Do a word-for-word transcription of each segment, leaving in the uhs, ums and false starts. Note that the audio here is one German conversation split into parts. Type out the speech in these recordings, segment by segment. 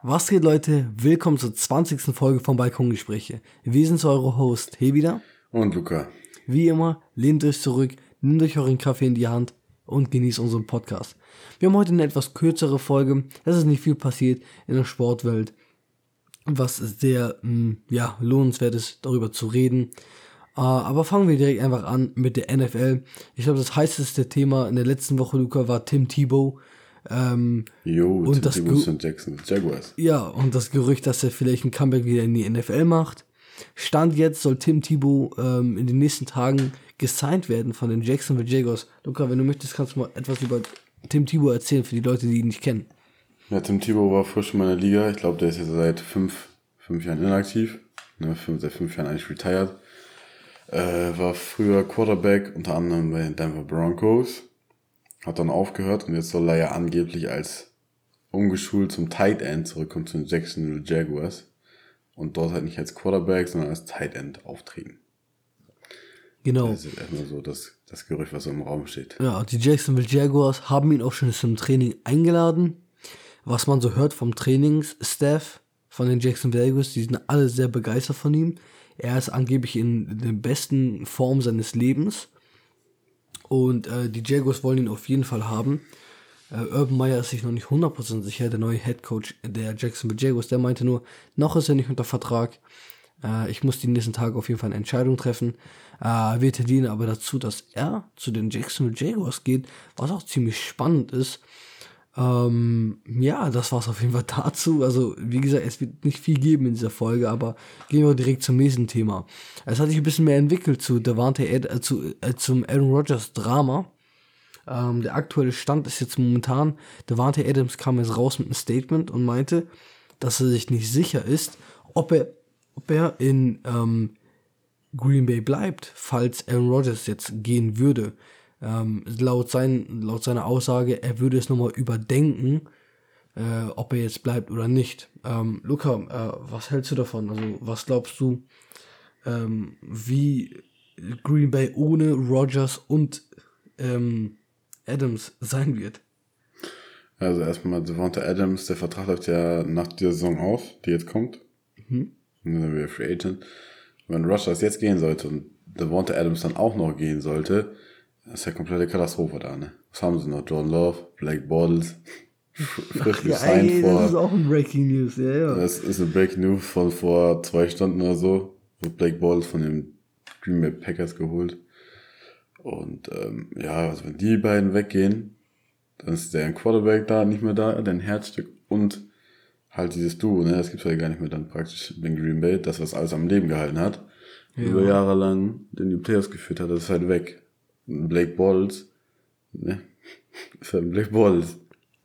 Was geht, Leute? Willkommen zur zwanzigsten Folge von Balkongespräche. Wir sind eure Host, Hebida und Luca. Wie immer, lehnt euch zurück, nehmt euch euren Kaffee in die Hand und genießt unseren Podcast. Wir haben heute eine etwas kürzere Folge. Es ist nicht viel passiert in der Sportwelt, was sehr mh, ja, lohnenswert ist, darüber zu reden. Uh, aber fangen wir direkt einfach an mit der N F L. Ich glaube, das heißeste Thema in der letzten Woche, Luca, war Tim Tebow. Ähm, jo, und Tim das Tebow von Jackson Jaguars. Ja, und das Gerücht, dass er vielleicht ein Comeback wieder in die N F L macht. Stand jetzt soll Tim Tebow ähm, in den nächsten Tagen gesigned werden von den Jacksonville Jaguars. Luca, wenn du möchtest, kannst du mal etwas über Tim Tebow erzählen für die Leute, die ihn nicht kennen. Ja, Tim Tebow war frisch in meiner Liga. Ich glaube, der ist jetzt seit fünf, fünf Jahren inaktiv. Ne, fünf, seit fünf Jahren eigentlich retired. Äh, war früher Quarterback, unter anderem bei den Denver Broncos. Hat dann aufgehört und jetzt soll er ja angeblich als umgeschult zum Tight End zurückkommen zu den Jacksonville Jaguars. Und dort halt nicht als Quarterback, sondern als Tight End auftreten. Genau. Das ist erstmal so das, das Gerücht, was so im Raum steht. Ja, die Jacksonville Jaguars haben ihn auch schon zum Training eingeladen. Was man so hört vom Trainingsstaff von den Jacksonville Jaguars, die sind alle sehr begeistert von ihm. Er ist angeblich in der besten Form seines Lebens. Und äh, die Jaguars wollen ihn auf jeden Fall haben. Äh, Urban Meyer ist sich noch nicht hundert Prozent sicher, der neue Head Coach der Jacksonville Jaguars. Der meinte nur, noch ist er nicht unter Vertrag. Äh, ich muss die nächsten Tage auf jeden Fall eine Entscheidung treffen. Äh, wir tendieren aber dazu, dass er zu den Jacksonville Jaguars geht, was auch ziemlich spannend ist. Ähm, ja, das war's auf jeden Fall dazu. Also, wie gesagt, es wird nicht viel geben in dieser Folge, aber gehen wir direkt zum nächsten Thema. Es hat sich ein bisschen mehr entwickelt zu Davante Ad- äh, zu, äh, zum Aaron Rodgers Drama. Ähm, der aktuelle Stand ist jetzt momentan, Davante Adams kam jetzt raus mit einem Statement und meinte, dass er sich nicht sicher ist, ob er, ob er in ähm, Green Bay bleibt, falls Aaron Rodgers jetzt gehen würde. Ähm, laut, sein, laut seiner Aussage, er würde es nochmal überdenken, äh, ob er jetzt bleibt oder nicht. Ähm, Luca, äh, was hältst du davon? Also, was glaubst du, ähm, wie Green Bay ohne Rodgers und ähm, Adams sein wird? Also erstmal Davante Adams, der Vertrag läuft ja nach der Saison aus, die jetzt kommt. Mhm. Und dann wäre Free Agent. Wenn Rodgers jetzt gehen sollte und Davante Adams dann auch noch gehen sollte, das ist ja komplette Katastrophe da, ne? Was haben sie noch? Jordan Love, Blake Bortles, frisch gesigned ja, vor... Das ist auch ein Breaking News, ja, ja. Das ist eine Breaking News von vor zwei Stunden oder so. Wird Blake Bortles von den Green Bay Packers geholt. Und ähm, ja, also wenn die beiden weggehen, dann ist der Quarterback da nicht mehr da, dein Herzstück und halt dieses Duo, ne? Das gibt's ja gar nicht mehr dann praktisch in Green Bay. Das, was alles am Leben gehalten hat, ja. Über Jahre lang den die Playoffs geführt hat, das ist halt weg. Blake Bortles, ne? Ist halt Blake Bortles.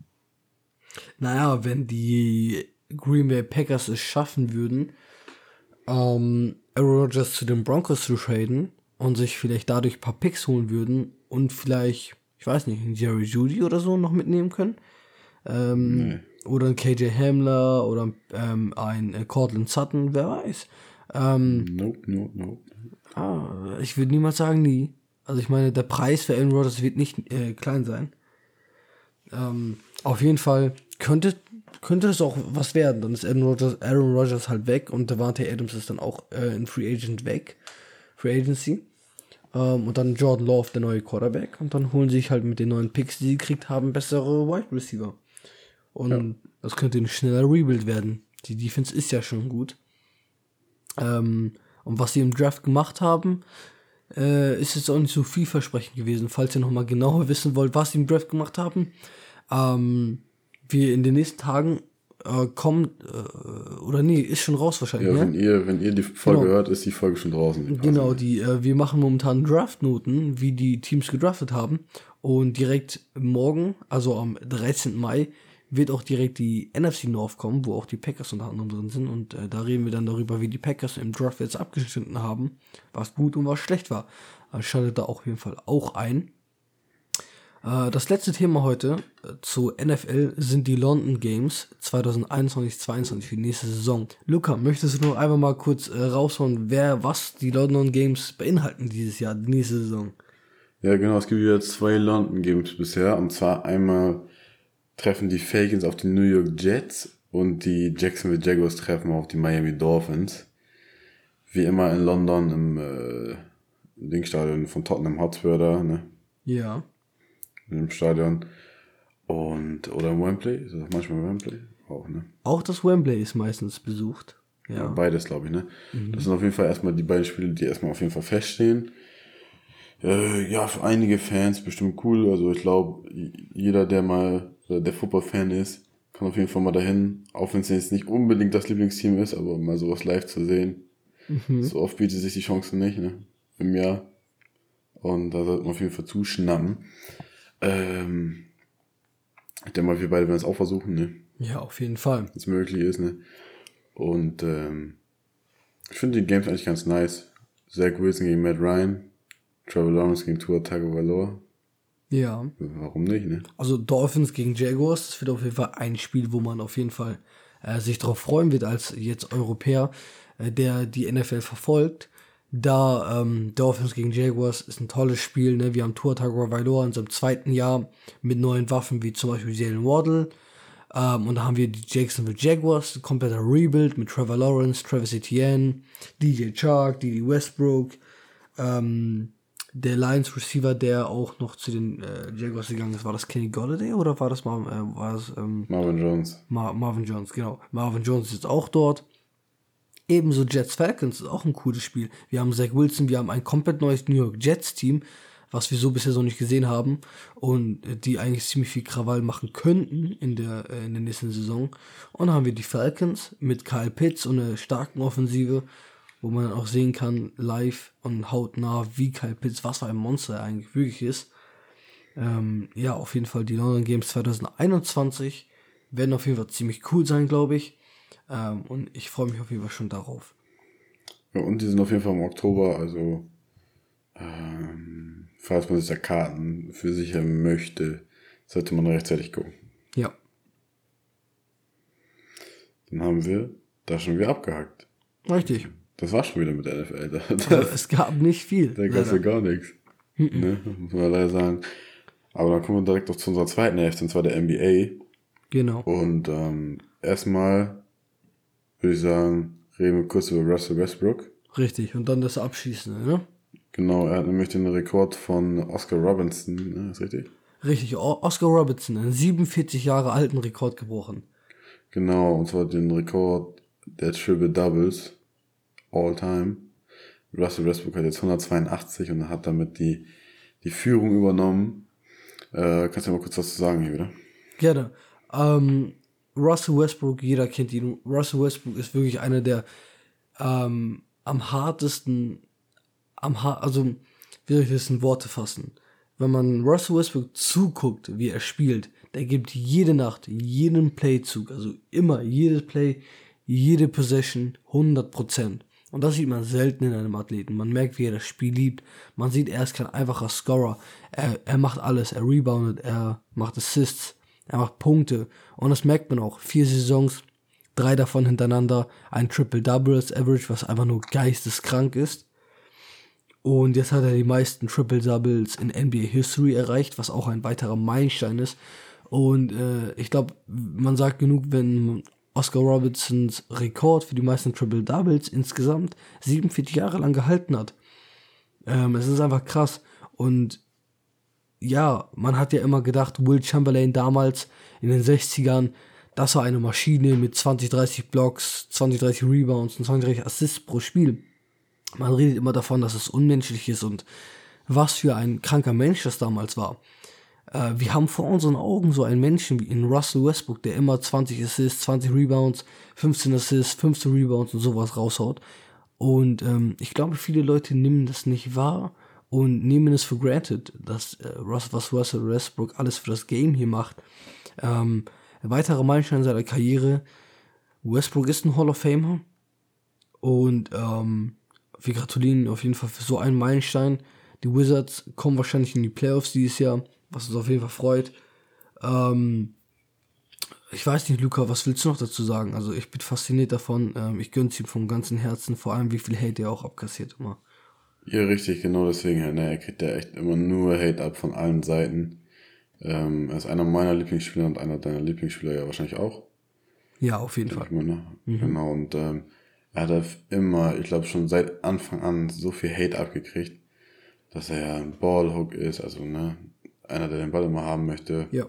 Naja, wenn die Green Bay Packers es schaffen würden, ähm, Aaron Rodgers zu den Broncos zu traden und sich vielleicht dadurch ein paar Picks holen würden und vielleicht, ich weiß nicht, einen Jerry Jeudy oder so noch mitnehmen können. Ähm, nee. Oder ein K J Hamler oder ähm, ein äh, Cortland Sutton, wer weiß. Ähm, nope, nope, nope. Ah, ich würde niemals sagen, nie. Also ich meine, der Preis für Aaron Rodgers wird nicht äh, klein sein. Ähm, auf jeden Fall könnte, könnte das auch was werden. Dann ist Aaron Rodgers, Aaron Rodgers halt weg und Davante Adams ist dann auch äh, ein Free Agent weg. Free Agency. Ähm, und dann Jordan Love, der neue Quarterback. Und dann holen sie sich halt mit den neuen Picks, die sie gekriegt haben, bessere Wide Receiver. Und ja. Das könnte ein schneller Rebuild werden. Die Defense ist ja schon gut. Ähm, und was sie im Draft gemacht haben, äh, ist jetzt auch nicht so vielversprechend gewesen. Falls ihr nochmal genauer wissen wollt, was sie im Draft gemacht haben, ähm, wir in den nächsten Tagen äh, kommen, äh, oder nee, ist schon raus wahrscheinlich, ja, ne? wenn ihr, wenn ihr die Folge genau. hört, ist die Folge schon draußen. Genau, die, äh, wir machen momentan Draftnoten, wie die Teams gedraftet haben, und direkt morgen, also am dreizehnten Mai, wird auch direkt die N F C North kommen, wo auch die Packers unter anderem drin sind. Und äh, da reden wir dann darüber, wie die Packers im Draft jetzt abgeschnitten haben, was gut und was schlecht war. Äh, schaltet da auf jeden Fall auch ein. Äh, das letzte Thema heute äh, zu N F L sind die London Games zwanzig einundzwanzig zweiundzwanzig für die nächste Saison. Luca, möchtest du noch einfach mal kurz äh, raushauen, wer was die London Games beinhalten dieses Jahr, die nächste Saison? Ja, genau, es gibt wieder zwei London Games bisher. Und zwar einmal treffen die Falcons auf die New York Jets und die Jacksonville Jaguars treffen auf die Miami Dolphins. Wie immer in London im äh, Dingstadion von Tottenham Hotspur da, ne? Ja. Im Stadion. Und, oder im Wembley, ist das manchmal Wembley? Auch, ne? Auch das Wembley ist meistens besucht. Ja. Ja, beides, glaube ich, ne? Mhm. Das sind auf jeden Fall erstmal die beiden Spiele, die erstmal auf jeden Fall feststehen. Äh, ja, für einige Fans bestimmt cool. Also ich glaube, jeder, der mal äh, der Football-Fan ist, kann auf jeden Fall mal dahin. Auch wenn es jetzt nicht unbedingt das Lieblingsteam ist, aber mal sowas live zu sehen. Mhm. So oft bietet sich die Chance nicht, ne? Im Jahr. Und da sollte man auf jeden Fall zuschnappen. Ähm, ich denke mal, wir beide werden es auch versuchen, ne? Ja, auf jeden Fall. Wenn es möglich ist, ne? Und ähm, ich finde die Games eigentlich ganz nice. Zach Wilson gegen Matt Ryan, Trevor Lawrence gegen Tua Tagovailoa. Ja. Warum nicht, ne? Also Dolphins gegen Jaguars, das wird auf jeden Fall ein Spiel, wo man auf jeden Fall äh, sich darauf freuen wird, als jetzt Europäer, äh, der die N F L verfolgt. Da ähm, Dolphins gegen Jaguars ist ein tolles Spiel, ne? Wir haben Tua Tagovailoa in seinem zweiten Jahr mit neuen Waffen, wie zum Beispiel Jalen Waddle. Ähm, und da haben wir die Jacksonville Jaguars, kompletter Rebuild mit Trevor Lawrence, Travis Etienne, D J Chark, D D Westbrook, ähm, der Lions Receiver, der auch noch zu den äh, Jaguars gegangen ist. War das Kenny Golladay oder war das, Mar- äh, war das ähm, Marvin Jones. Mar- Marvin Jones? Genau, Marvin Jones ist jetzt auch dort. Ebenso Jets Falcons ist auch ein cooles Spiel. Wir haben Zach Wilson, wir haben ein komplett neues New York Jets Team, was wir so bisher so nicht gesehen haben und äh, die eigentlich ziemlich viel Krawall machen könnten in der, äh, in der nächsten Saison. Und dann haben wir die Falcons mit Kyle Pitts und einer starken Offensive, wo man dann auch sehen kann, live und hautnah, wie Kyle Pitts, was für ein Monster er eigentlich wirklich ist. Ähm, ja, auf jeden Fall die London Games zwanzig einundzwanzig werden auf jeden Fall ziemlich cool sein, glaube ich. Ähm, und ich freue mich auf jeden Fall schon darauf. Ja, und die sind auf jeden Fall im Oktober, also ähm, falls man sich da Karten für sichern möchte, sollte man rechtzeitig gucken. Ja. Dann haben wir da schon wieder abgehakt. Richtig. Das war schon wieder mit der N F L. Da, Also, das, es gab nicht viel. da gab es ja gar nichts. Ne? Muss man leider sagen. Aber dann kommen wir direkt auch zu unserer zweiten Hälfte, und zwar der N B A. Genau. Und ähm, erstmal würde ich sagen, reden wir kurz über Russell Westbrook. Richtig. Und dann das Abschießen, ne? Genau, er hat nämlich den Rekord von Oscar Robertson, ne, ist richtig? Richtig. O- Oscar Robertson, einen siebenundvierzig Jahre alten Rekord gebrochen. Genau, und zwar den Rekord der Triple Doubles all time. Russell Westbrook hat jetzt hundertzweiundachtzig und hat damit die, die Führung übernommen. Äh, kannst du mal kurz was zu sagen hier, oder? Gerne. Ähm, Russell Westbrook, jeder kennt ihn. Russell Westbrook ist wirklich einer der ähm, am hartesten, am har also, wie soll ich das in Worte fassen? Wenn man Russell Westbrook zuguckt, wie er spielt, der gibt jede Nacht, jeden Playzug, also immer, jedes Play, jede Possession, hundert Prozent. Und das sieht man selten in einem Athleten. Man merkt, wie er das Spiel liebt. Man sieht, er ist kein einfacher Scorer. Er, er macht alles. Er reboundet, er macht Assists, er macht Punkte. Und das merkt man auch. Vier Saisons, drei davon hintereinander, ein Triple-Double als Average, was einfach nur geisteskrank ist. Und jetzt hat er die meisten Triple-Doubles in N B A-History erreicht, was auch ein weiterer Meilenstein ist. Und äh, ich glaube, man sagt genug, wenn Oscar Robertsons Rekord für die meisten Triple-Doubles insgesamt siebenundvierzig Jahre lang gehalten hat. Ähm, es ist einfach krass. Und ja, man hat ja immer gedacht, Will Chamberlain damals in den sechzigern, das war eine Maschine mit zwanzig, dreißig Blocks, zwanzig, dreißig Rebounds und zwanzig, dreißig Assists pro Spiel. Man redet immer davon, dass es unmenschlich ist und was für ein kranker Mensch das damals war. Äh, wir haben vor unseren Augen so einen Menschen wie in Russell Westbrook, der immer zwanzig Assists, zwanzig Rebounds, fünfzehn Assists, fünfzehn Rebounds und sowas raushaut. Und ähm, ich glaube, viele Leute nehmen das nicht wahr und nehmen es for granted, dass äh, Russ, was Russell Westbrook alles für das Game hier macht. Ähm, ein weiterer Meilenstein seiner Karriere. Westbrook ist ein Hall of Famer und ähm, wir gratulieren auf jeden Fall für so einen Meilenstein. Die Wizards kommen wahrscheinlich in die Playoffs dieses Jahr, was uns auf jeden Fall freut. Ähm, ich weiß nicht, Luca, was willst du noch dazu sagen? Also ich bin fasziniert davon. Ähm, ich gönn's ihm vom ganzen Herzen, vor allem wie viel Hate er auch abkassiert immer. Ja, richtig, genau deswegen. Ne, er kriegt ja echt immer nur Hate ab von allen Seiten. Ähm, er ist einer meiner Lieblingsspieler und einer deiner Lieblingsspieler ja wahrscheinlich auch. Ja, auf jeden Denk Fall. ich mal, ne? Mhm. Genau, und ähm, er hat immer, ich glaube schon seit Anfang an so viel Hate abgekriegt, dass er ja ein Ballhook ist, also ne, einer, der den Ball immer haben möchte. Ja.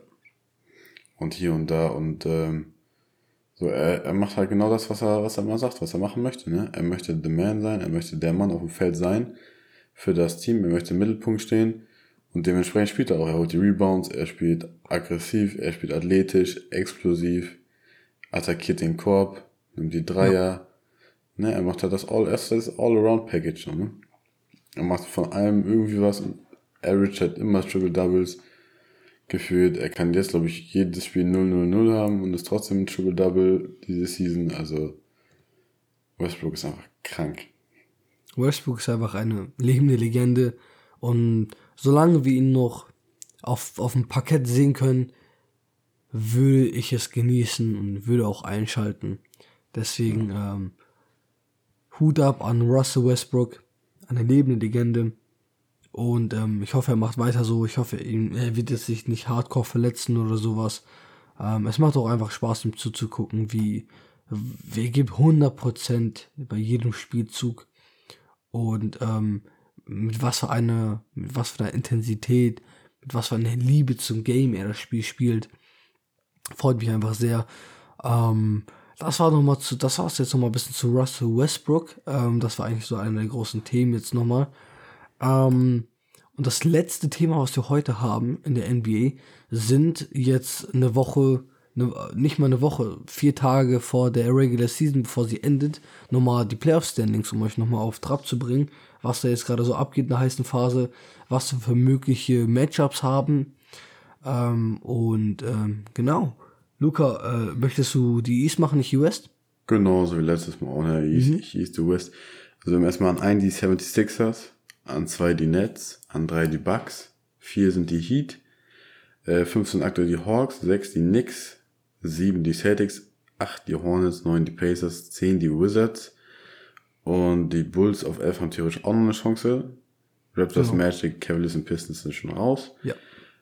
Und hier und da und ähm, so, er, er macht halt genau das, was er, was er mal sagt, was er machen möchte, ne? Er möchte the man sein, er möchte der Mann auf dem Feld sein für das Team, er möchte im Mittelpunkt stehen und dementsprechend spielt er auch. Er holt die Rebounds, er spielt aggressiv, er spielt athletisch, explosiv, attackiert den Korb, nimmt die Dreier, ja. Ne, er macht halt das All, das All-Around-Package, ne? Er macht von allem irgendwie was und average hat immer Triple-Doubles gefühlt. Er kann jetzt, glaube ich, jedes Spiel null null null haben und ist trotzdem ein Triple-Double diese Season. Also Westbrook ist einfach krank. Westbrook ist einfach eine lebende Legende und solange wir ihn noch auf, auf dem Parkett sehen können, würde ich es genießen und würde auch einschalten. Deswegen ja. ähm, Hut ab an Russell Westbrook, eine lebende Legende. Und ähm, ich hoffe, er macht weiter so. Ich hoffe, er wird jetzt sich nicht hardcore verletzen oder sowas. Ähm, es macht auch einfach Spaß, ihm zuzugucken, wie er gibt hundert Prozent bei jedem Spielzug. Und ähm, mit was für eine, mit was für einer Intensität, mit was für einer Liebe zum Game er das Spiel spielt. Freut mich einfach sehr. Ähm, das war noch mal zu, das war es jetzt nochmal ein bisschen zu Russell Westbrook. Ähm, das war eigentlich so einer der großen Themen jetzt nochmal. Ähm, und das letzte Thema, was wir heute haben in der N B A, sind jetzt eine Woche, eine, nicht mal eine Woche, vier Tage vor der Regular Season, bevor sie endet, nochmal die Playoff-Standings, um euch nochmal auf Trab zu bringen, was da jetzt gerade so abgeht in der heißen Phase, was wir für mögliche Matchups haben. Ähm, und ähm, genau. Luca, äh, möchtest du die East machen, nicht die West? Genau, so wie letztes Mal auch, ne? East, mhm. East to West. Also wir haben erstmal an einen die seventy-sixers, an zwei die Nets, an drei die Bucks, vier sind die Heat, äh, fünf sind aktuell die Hawks, sechs die Knicks, sieben die Celtics, acht die Hornets, neun die Pacers, zehn die Wizards und die Bulls auf elf haben theoretisch auch noch eine Chance. Raptors, genau. Magic, Cavaliers und Pistons sind schon raus. Ja.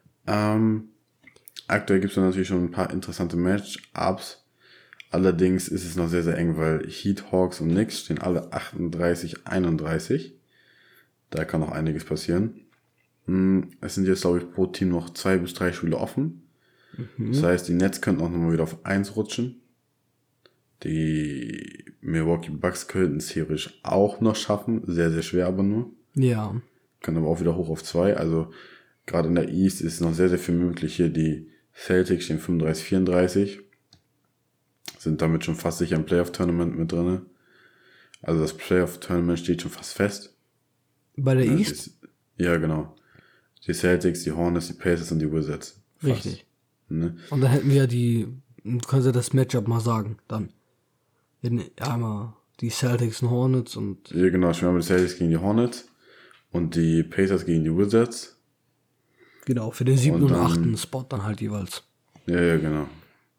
Ähm, aktuell gibt es natürlich schon ein paar interessante Matchups. Allerdings ist es noch sehr, sehr eng, weil Heat, Hawks und Knicks stehen alle achtunddreißig einunddreißig. Da kann noch einiges passieren. Es sind jetzt, glaube ich, pro Team noch zwei bis drei Spiele offen. Mhm. Das heißt, die Nets könnten auch nochmal wieder auf eins rutschen. Die Milwaukee Bucks könnten es theoretisch auch noch schaffen. Sehr, sehr schwer aber nur. Ja. Können aber auch wieder hoch auf zwei. Also gerade in der East ist noch sehr, sehr viel möglich. Hier die Celtics stehen fünfunddreißig vierunddreißig. Sind damit schon fast sicher im Playoff-Tournament mit drin. Also das Playoff-Tournament steht schon fast fest. Bei der ja, East? Die, ja, genau. Die Celtics, die Hornets, die Pacers und die Wizards. Fast. Richtig. Ne? Und dann hätten wir ja die, können Sie das Matchup mal sagen, dann. Einmal die Celtics und Hornets und... Ja, genau. Ich meine, die Celtics gegen die Hornets und die Pacers gegen die Wizards. Genau, für den siebten und, und achten Spot dann halt jeweils. Ja, ja, genau.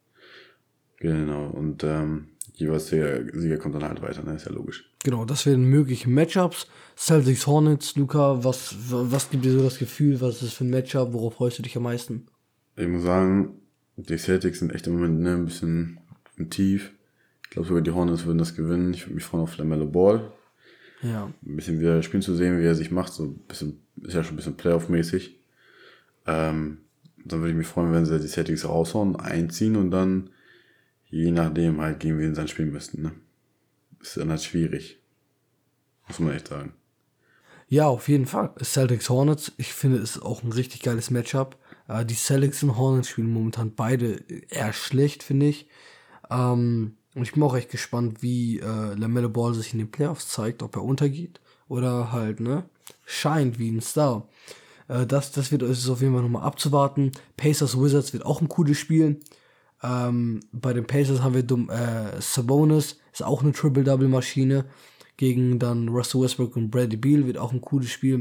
Genau, und ähm, jeweils der Sieger kommt dann halt weiter, ne? Ist ja logisch. Genau, das wären mögliche Matchups. Celtics, Hornets, Luca, was, was gibt dir so das Gefühl, was ist das für ein Matchup, worauf freust du dich am meisten? Ich muss sagen, die Celtics sind echt im Moment ne, ein bisschen im Tief. Ich glaube sogar die Hornets würden das gewinnen. Ich würde mich freuen auf LaMelo Ball. Ja. Ein bisschen wieder spielen zu sehen, wie er sich macht, so ein bisschen, ist ja schon ein bisschen Playoff-mäßig. Ähm, dann würde ich mich freuen, wenn sie die Celtics raushauen, einziehen und dann je nachdem halt gegen wen sie dann spielen müssten, ne? Ist dann halt schwierig. Muss man echt sagen. Ja, auf jeden Fall. Celtics Hornets, ich finde, es ist auch ein richtig geiles Matchup. Äh, die Celtics und Hornets spielen momentan beide eher schlecht, finde ich. Ähm, und ich bin auch echt gespannt, wie äh, LaMelo Ball sich in den Playoffs zeigt, ob er untergeht oder halt, ne, scheint wie ein Star. Äh, das, das wird es auf jeden Fall nochmal abzuwarten. Pacers Wizards wird auch ein cooles Spiel. Ähm, bei den Pacers haben wir dumm, äh, Sabonis, ist auch eine Triple-Double-Maschine, gegen dann Russell Westbrook und Bradley Beal, wird auch ein cooles Spiel.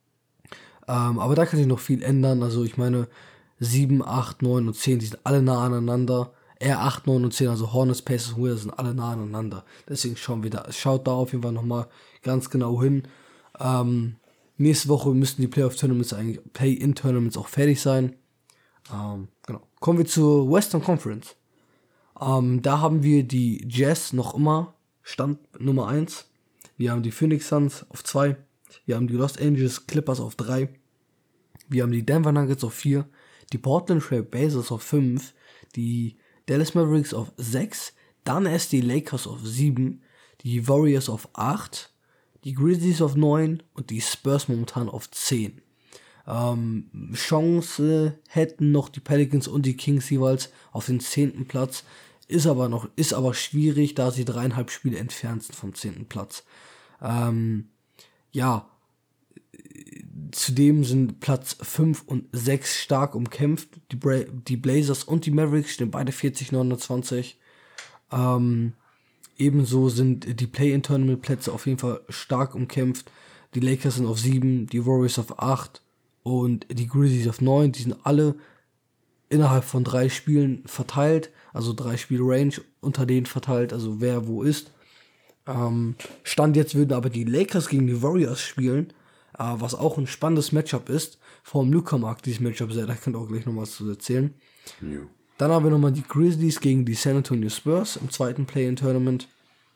Ähm, aber da kann sich noch viel ändern, also ich meine, sieben, acht, neun und zehn, die sind alle nah aneinander. R acht, neun und zehn, also Hornets, Pacers und Wizards sind alle nah aneinander. Deswegen schauen wir da, schaut da auf jeden Fall nochmal ganz genau hin. Ähm, nächste Woche müssten die Playoff-Tournaments eigentlich, Play-In-Tournaments auch fertig sein. Ähm, genau. Kommen wir zur Western Conference. Ähm, da haben wir die Jazz noch immer Stand Nummer eins. Wir haben die Phoenix Suns auf zwei. Wir haben die Los Angeles Clippers auf drei. Wir haben die Denver Nuggets auf vier. Die Portland Trail Blazers auf fünf. Die Dallas Mavericks auf sechs. Dann erst die Lakers auf sieben. Die Warriors auf acht. Die Grizzlies auf neun. Und die Spurs momentan auf zehn. Ähm, Chance hätten noch die Pelicans und die Kings jeweils auf den zehnten Platz. Ist aber noch, ist aber schwierig, da sie dreieinhalb Spiele entfernt sind vom zehnten Platz. Ähm, ja, zudem sind Platz fünf und sechs stark umkämpft. Die, Bra- die Blazers und die Mavericks stehen beide vierzig neunundzwanzig. Ähm, ebenso sind die Play-In-Tournament-Plätze auf jeden Fall stark umkämpft. Die Lakers sind auf sieben, die Warriors auf acht und die Grizzlies auf neun. Die sind alle innerhalb von drei Spielen verteilt, also drei Spiele Range unter denen verteilt, also wer wo ist. Ähm, Stand jetzt würden aber die Lakers gegen die Warriors spielen, äh, was auch ein spannendes Matchup ist. Vor allem Luka mag dieses Matchup sehr, da könnt ihr auch gleich noch was zu erzählen. Jo. Dann haben wir nochmal die Grizzlies gegen die San Antonio Spurs im zweiten Play-In-Tournament.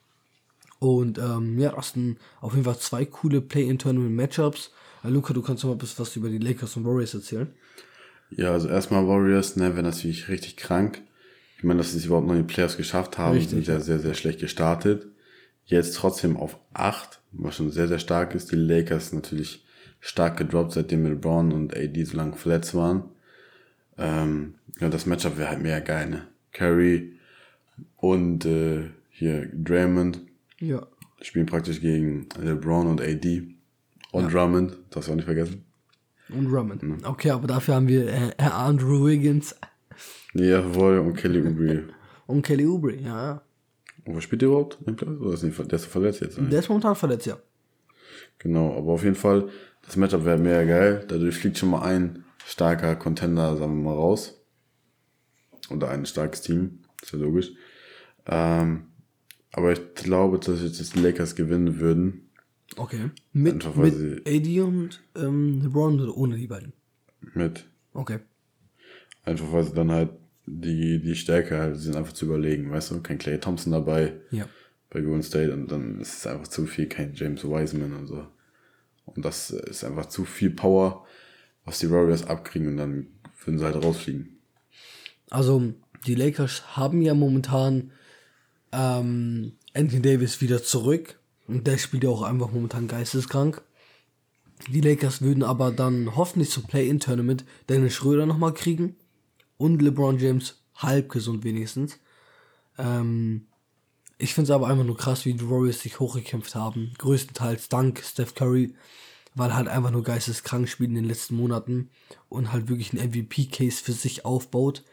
Und ähm, ja, das sind auf jeden Fall zwei coole Play-In-Tournament-Matchups. Äh, Luca, du kannst noch mal ein bisschen was über die Lakers und Warriors erzählen. Ja, also erstmal Warriors, ne, wäre natürlich richtig krank. Ich meine, dass sie es überhaupt noch in die Playoffs geschafft haben, Richtig, sind ja sehr, sehr schlecht gestartet. Jetzt trotzdem auf acht, was schon sehr, sehr stark ist. Die Lakers natürlich stark gedroppt, seitdem LeBron und A D so lange verletzt waren. Ähm, ja, das Matchup wäre halt mega geil, ne? Curry und äh, hier Draymond Ja. spielen praktisch gegen LeBron und A D und Ja. Drummond, das wir auch nicht vergessen. Und Drummond. Mhm. Okay, aber dafür haben wir äh, Andrew Wiggins Ja, voll, und Kelly Oubre. und Kelly Oubre, ja, ja. Und was spielt der überhaupt? Oder ist nicht, der ist verletzt jetzt? Der ist momentan verletzt, ja. Genau, aber auf jeden Fall, das Matchup wäre mega geil. Dadurch fliegt schon mal ein starker Contender, sagen wir mal, raus. Oder ein starkes Team, ist ja logisch. Ähm, aber ich glaube, dass jetzt die Lakers gewinnen würden. Okay. Mit, Einfach, weil mit A D und ähm, LeBron oder ohne die beiden? Mit. Okay. Einfach, weil sie dann halt die, die Stärke halt sind einfach zu überlegen, weißt du? Kein Klay Thompson dabei Ja. bei Golden State und dann ist es einfach zu viel, kein James Wiseman und so. Und das ist einfach zu viel Power, was die Warriors abkriegen und dann würden sie halt rausfliegen. Also, die Lakers haben ja momentan ähm, Anthony Davis wieder zurück. Und der spielt ja auch einfach momentan geisteskrank. Die Lakers würden aber dann hoffentlich zum Play-In-Tournament Dennis Schröder nochmal kriegen. Und LeBron James halb gesund wenigstens. Ähm, ich finde es aber einfach nur krass, wie die Warriors sich hochgekämpft haben. Größtenteils dank Steph Curry. Weil halt einfach nur geisteskrank spielt in den letzten Monaten. Und halt wirklich einen M V P-Case für sich aufbaut.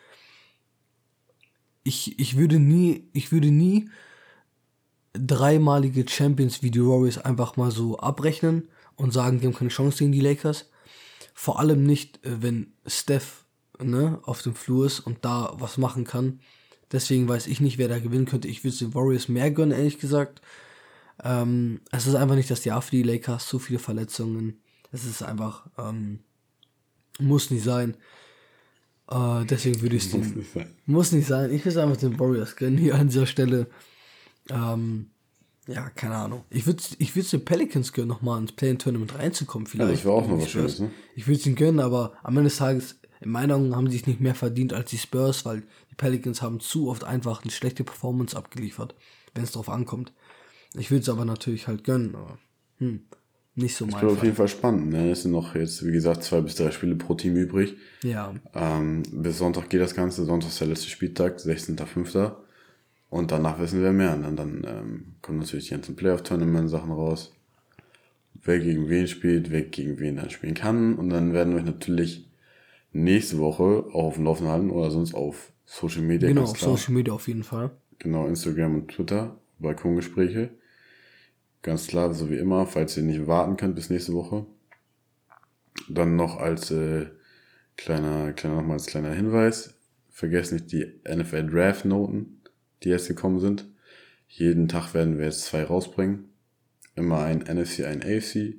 Ich, ich würde nie, ich würde nie dreimalige Champions wie die Warriors einfach mal so abrechnen und sagen, die haben keine Chance gegen die Lakers. Vor allem nicht, wenn Steph ne, auf dem Flur ist und da was machen kann. Deswegen weiß ich nicht, wer da gewinnen könnte. Ich würde es den Warriors mehr gönnen, ehrlich gesagt. Ähm, es ist einfach nicht das Jahr für die Lakers, so viele Verletzungen. Es ist einfach, ähm, muss nicht sein. Äh, deswegen würde ich es Muss nicht sein. Muss nicht sein. Ich will es einfach den Warriors gönnen hier an dieser Stelle. Ähm, ja, keine Ahnung. Ich würde ich es den Pelicans gönnen, nochmal ins Play-In-Tournament reinzukommen. Vielleicht. Ja, das wäre auch noch was Schönes, ne? Ich würde es ihnen gönnen, aber am Ende des Tages, in meinen Augen, haben sie sich nicht mehr verdient als die Spurs, weil die Pelicans haben zu oft einfach eine schlechte Performance abgeliefert, wenn es drauf ankommt. Ich würde es aber natürlich halt gönnen, aber hm, nicht so mein Das wird auf Fall. jeden Fall spannend, ne? Es sind noch jetzt, wie gesagt, zwei bis drei Spiele pro Team übrig. Ja, Ähm, bis Sonntag geht das Ganze. Sonntag ist der letzte Spieltag, sechzehnter fünfter Und danach wissen wir mehr. Und dann ähm, kommen natürlich die ganzen Playoff-Tournament-Sachen raus. Wer gegen wen spielt, wer gegen wen dann spielen kann. Und dann werden wir euch natürlich nächste Woche auch auf dem Laufenden halten oder sonst auf Social Media. genau, ganz auf klar. Social Media auf jeden Fall. Genau, Instagram und Twitter, Balkongespräche. Ganz klar, so wie immer, falls ihr nicht warten könnt bis nächste Woche. Dann noch als äh, kleiner, kleiner, nochmal als kleiner Hinweis. Vergesst nicht die N F L Draft Noten, die jetzt gekommen sind. Jeden Tag werden wir jetzt zwei rausbringen. Immer ein N F C, ein A F C.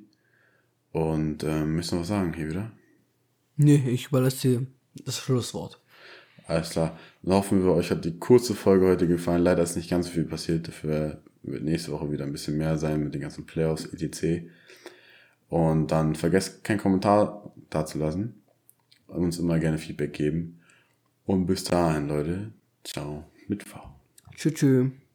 Und ähm, müssen wir was sagen hier wieder? Nee, ich überlasse dir das Schlusswort. Alles klar. Dann hoffen wir, euch hat die kurze Folge heute gefallen. Leider ist nicht ganz so viel passiert. Dafür wird nächste Woche wieder ein bisschen mehr sein mit den ganzen Playoffs, et cetera. Und dann vergesst keinen Kommentar dazulassen. Uns immer gerne Feedback geben. Und bis dahin, Leute. Ciao mit V. Tschüss. Tschüss.